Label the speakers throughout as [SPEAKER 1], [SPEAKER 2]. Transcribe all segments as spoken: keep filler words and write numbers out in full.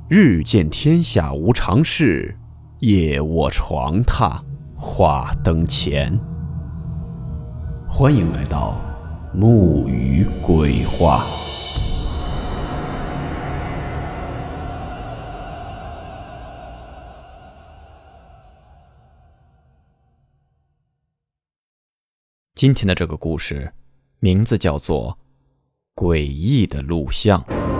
[SPEAKER 1] 日见天下无常事，夜卧床榻话灯前。欢迎来到木鱼鬼话。今天的这个故事名字叫做《诡异的录像》。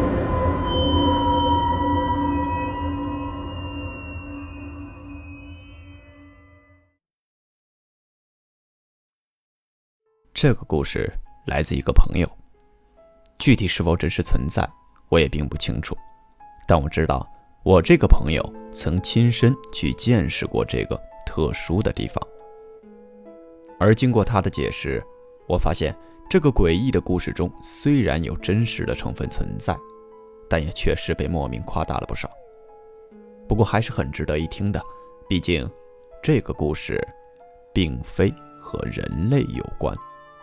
[SPEAKER 1] 这个故事来自一个朋友，具体是否真实存在我也并不清楚，但我知道我这个朋友曾亲身去见识过这个特殊的地方。而经过他的解释，我发现这个诡异的故事中虽然有真实的成分存在，但也确实被莫名夸大了不少。不过还是很值得一听的，毕竟这个故事并非和人类有关。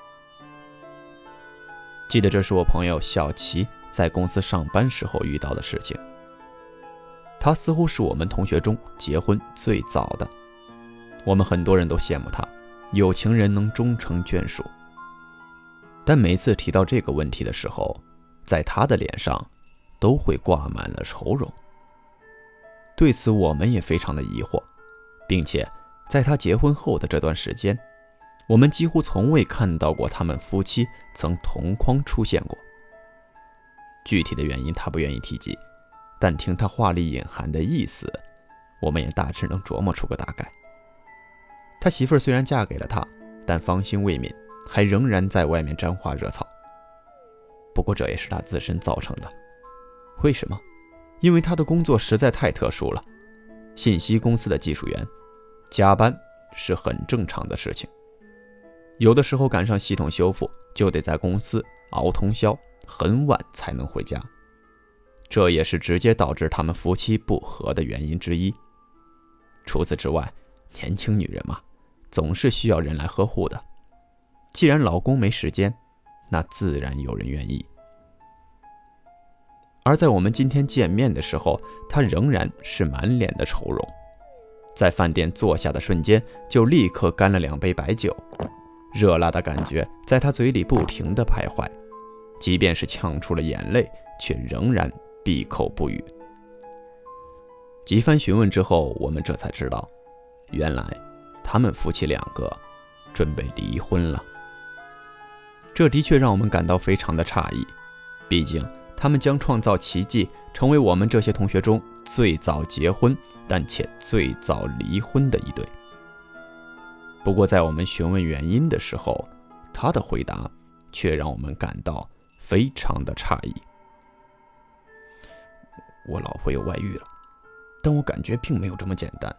[SPEAKER 1] 记得这是我朋友小齐在公司上班时候遇到的事情。他似乎是我们同学中结婚最早的，我们很多人都羡慕他，有情人能终成眷属。但每次提到这个问题的时候，在他的脸上都会挂满了愁容。对此我们也非常的疑惑，并且在他结婚后的这段时间，我们几乎从未看到过他们夫妻曾同框出现过。具体的原因他不愿意提及，但听他话里隐含的意思，我们也大致能琢磨出个大概。他媳妇儿虽然嫁给了他，但芳心未泯，还仍然在外面沾花惹草。不过这也是他自身造成的。为什么？因为他的工作实在太特殊了，信息公司的技术员，加班是很正常的事情。有的时候赶上系统修复，就得在公司熬通宵，很晚才能回家。这也是直接导致他们夫妻不和的原因之一。除此之外，年轻女人嘛，总是需要人来呵护的。既然老公没时间，那自然有人愿意。而在我们今天见面的时候，她仍然是满脸的愁容。在饭店坐下的瞬间，就立刻干了两杯白酒，热辣的感觉在她嘴里不停地徘徊，即便是呛出了眼泪，却仍然闭口不语。几番询问之后，我们这才知道，原来他们夫妻两个准备离婚了。这的确让我们感到非常的诧异，毕竟他们将创造奇迹，成为我们这些同学中最早结婚但且最早离婚的一对。不过在我们询问原因的时候，他的回答却让我们感到非常的诧异。我老婆有外遇了，但我感觉并没有这么简单。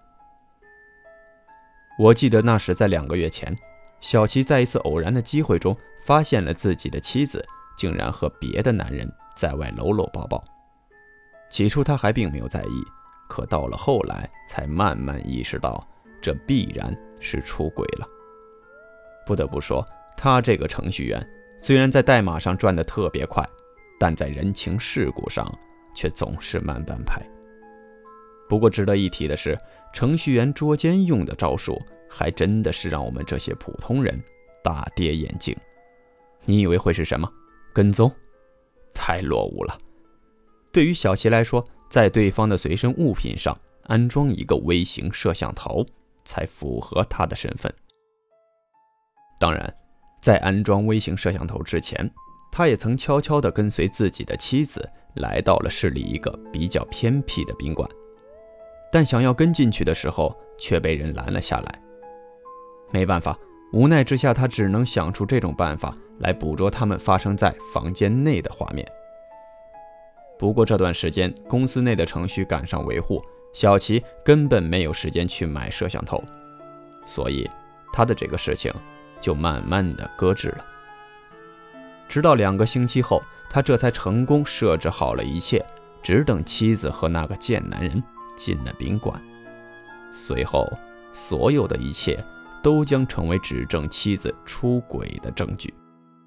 [SPEAKER 1] 我记得那时在两个月前，小齐在一次偶然的机会中发现了自己的妻子竟然和别的男人在外搂搂抱抱。起初他还并没有在意，可到了后来才慢慢意识到，这必然是出轨了。不得不说，他这个程序员虽然在代码上转得特别快，但在人情世故上却总是慢半拍。不过值得一提的是，程序员捉奸用的招数还真的是让我们这些普通人大跌眼镜。你以为会是什么？跟踪？太落伍了。对于小齐来说，在对方的随身物品上安装一个微型摄像头才符合他的身份。当然，在安装微型摄像头之前，他也曾悄悄地跟随自己的妻子来到了市里一个比较偏僻的宾馆，但想要跟进去的时候却被人拦了下来。没办法，无奈之下，他只能想出这种办法来捕捉他们发生在房间内的画面。不过这段时间公司内的程序赶上维护，小齐根本没有时间去买摄像头，所以他的这个事情就慢慢的搁置了。直到两个星期后，他这才成功设置好了一切，只等妻子和那个贱男人进了宾馆。随后所有的一切都将成为指证妻子出轨的证据。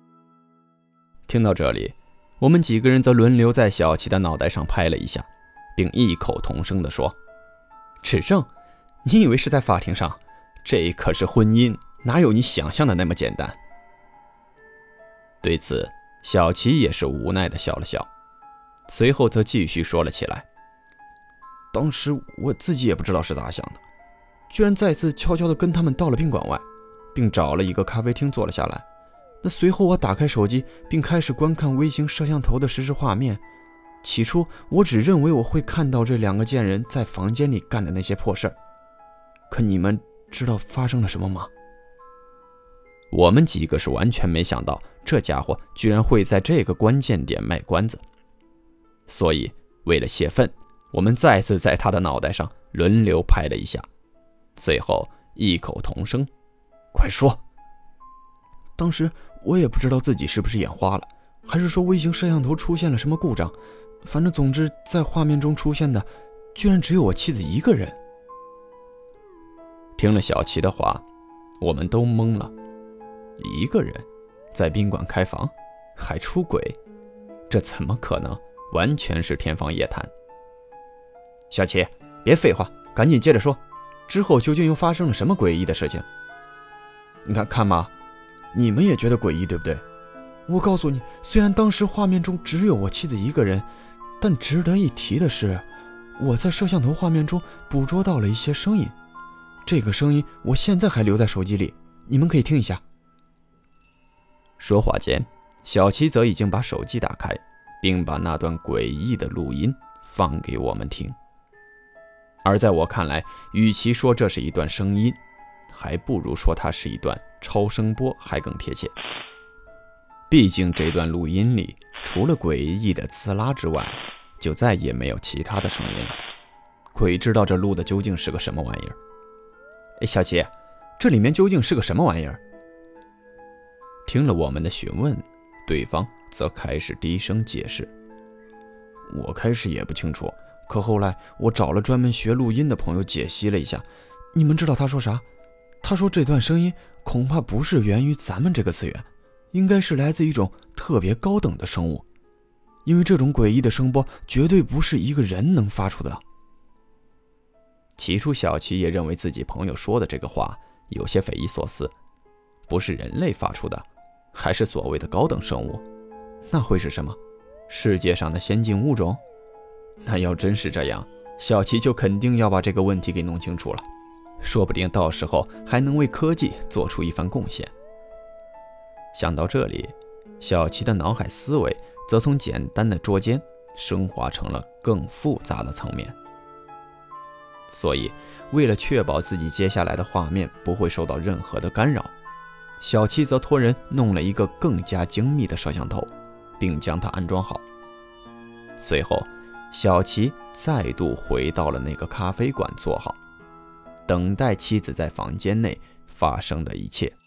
[SPEAKER 1] 听到这里，我们几个人则轮流在小齐的脑袋上拍了一下， 并异口同声地说：“指证？你以为是在法庭上？这可是婚姻，哪有你想象的那么简单？”对此，小琪也是无奈地笑了笑，随后则继续说了起来：“当时我自己也不知道是咋想的，居然再次悄悄地跟他们到了宾馆外，并找了一个咖啡厅坐了下来。那随后我打开手机，并开始观看微型摄像头的实时画面。起初我只认为我会看到这两个贱人在房间里干的那些破事儿，可你们知道发生了什么吗？”我们几个是完全没想到这家伙居然会在这个关键点卖关子，所以为了泄愤，我们再次在他的脑袋上轮流拍了一下，随后异口同声：“快说！”当时我也不知道自己是不是眼花了，还是说微型摄像头出现了什么故障，反正总之在画面中出现的居然只有我妻子一个人。听了小琪的话，我们都懵了。一个人在宾馆开房还出轨，这怎么可能？完全是天方夜谭。小琪，别废话，赶紧接着说，之后究竟又发生了什么诡异的事情？你看看嘛，你们也觉得诡异对不对？我告诉你，虽然当时画面中只有我妻子一个人，但值得一提的是，我在摄像头画面中捕捉到了一些声音，这个声音我现在还留在手机里，你们可以听一下。说话间，小七则已经把手机打开，并把那段诡异的录音放给我们听。而在我看来，与其说这是一段声音，还不如说它是一段超声波还更贴切。毕竟这段录音里除了诡异的滋啦之外，就再也没有其他的声音了。鬼知道这录的究竟是个什么玩意儿。哎，小七，这里面究竟是个什么玩意儿？听了我们的询问，对方则开始低声解释：“我开始也不清楚，可后来我找了专门学录音的朋友解析了一下，你们知道他说啥？他说这段声音恐怕不是源于咱们这个次元，应该是来自一种特别高等的生物，因为这种诡异的声波绝对不是一个人能发出的。”起初小琪也认为自己朋友说的这个话有些匪夷所思，不是人类发出的，还是所谓的高等生物？那会是什么？世界上的先进物种？那要真是这样，小琪就肯定要把这个问题给弄清楚了，说不定到时候还能为科技做出一番贡献。想到这里，小琪的脑海思维则从简单的捉奸升华成了更复杂的层面。所以为了确保自己接下来的画面不会受到任何的干扰，小七则托人弄了一个更加精密的摄像头，并将它安装好。随后小七再度回到了那个咖啡馆坐好，等待妻子在房间内发生的一切。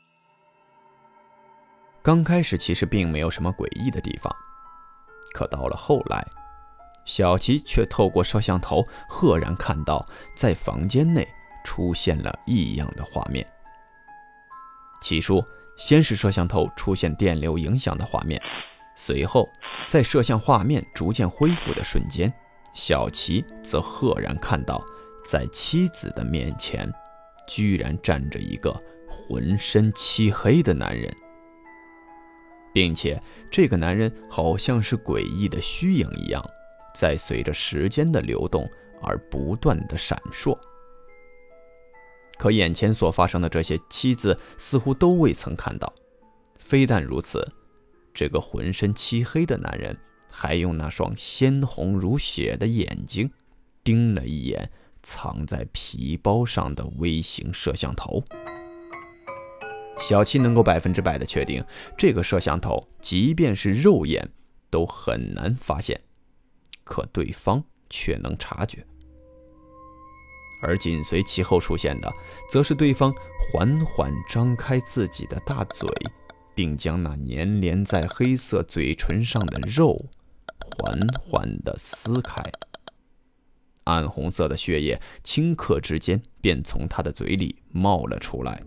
[SPEAKER 1] 刚开始其实并没有什么诡异的地方，可到了后来，小琪却透过摄像头赫然看到在房间内出现了异样的画面。起初先是摄像头出现电流影响的画面，随后在摄像画面逐渐恢复的瞬间，小琪则赫然看到在妻子的面前居然站着一个浑身漆黑的男人，并且这个男人好像是诡异的虚影一样，在随着时间的流动而不断的闪烁。可眼前所发生的这些，妻子似乎都未曾看到。非但如此，这个浑身漆黑的男人还用那双鲜红如血的眼睛盯了一眼藏在皮包上的微型摄像头。小七能够百分之百的确定，这个摄像头即便是肉眼都很难发现，可对方却能察觉。而紧随其后出现的，则是对方缓缓张开自己的大嘴，并将那粘连在黑色嘴唇上的肉缓缓地撕开。暗红色的血液顷刻之间便从他的嘴里冒了出来。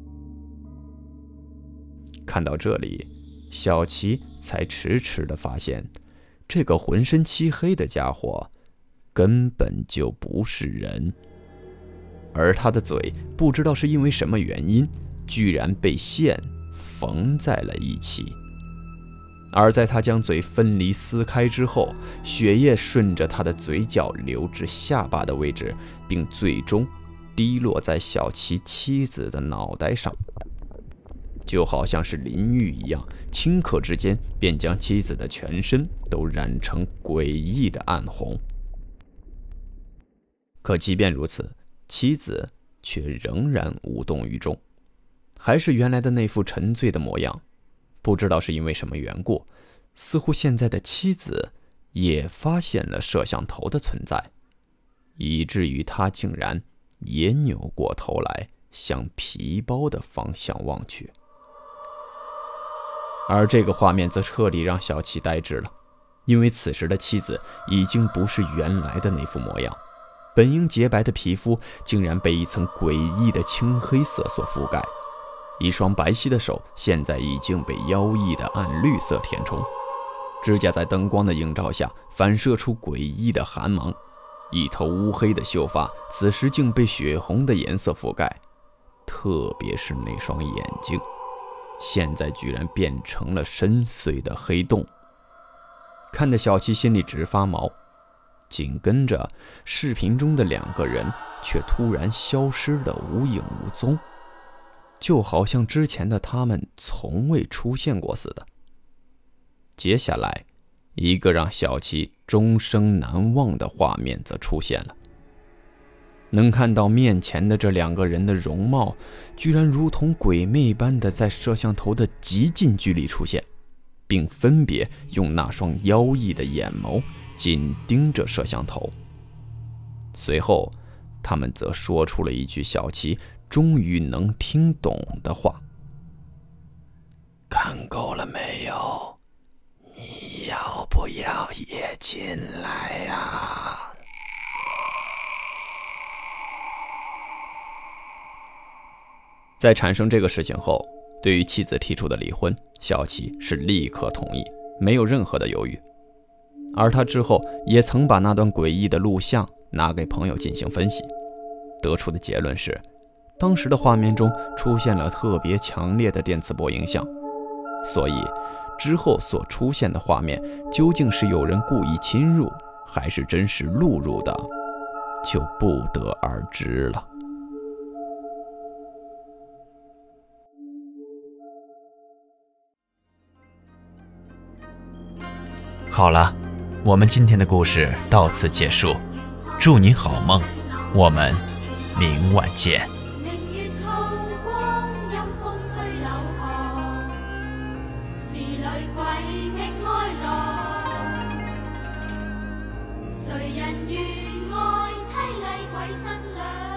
[SPEAKER 1] 看到这里，小琪才迟迟地发现，这个浑身漆黑的家伙根本就不是人。而他的嘴不知道是因为什么原因，居然被线缝在了一起。而在他将嘴分离撕开之后，血液顺着他的嘴角流至下巴的位置，并最终滴落在小琪妻子的脑袋上，就好像是淋浴一样，顷刻之间便将妻子的全身都染成诡异的暗红。可即便如此，妻子却仍然无动于衷，还是原来的那副沉醉的模样。不知道是因为什么缘故，似乎现在的妻子也发现了摄像头的存在，以至于他竟然也扭过头来向皮包的方向望去。而这个画面则彻底让小琪呆滞了，因为此时的妻子已经不是原来的那副模样，本应洁白的皮肤竟然被一层诡异的青黑色所覆盖，一双白皙的手现在已经被妖异的暗绿色填充，指甲在灯光的映照下反射出诡异的寒芒，一头乌黑的秀发此时竟被血红的颜色覆盖，特别是那双眼睛，现在居然变成了深邃的黑洞，看得小七心里直发毛。紧跟着，视频中的两个人却突然消失得无影无踪，就好像之前的他们从未出现过似的。接下来，一个让小琪终生难忘的画面则出现了。能看到面前的这两个人的容貌，居然如同鬼魅般的在摄像头的极近距离出现，并分别用那双妖异的眼眸紧盯着摄像头。随后，他们则说出了一句小琪终于能听懂的话：看够了没有？你要不要也进来啊？在产生这个事情后，对于妻子提出的离婚，小琪是立刻同意，没有任何的犹豫。而他之后也曾把那段诡异的录像拿给朋友进行分析，得出的结论是，当时的画面中出现了特别强烈的电磁波影响，所以之后所出现的画面究竟是有人故意侵入，还是真实录入的，就不得而知了。
[SPEAKER 2] 好了，我们今天的故事到此结束，祝你好梦，我们明晚见。
[SPEAKER 3] 谁人愿爱凄厉鬼新娘？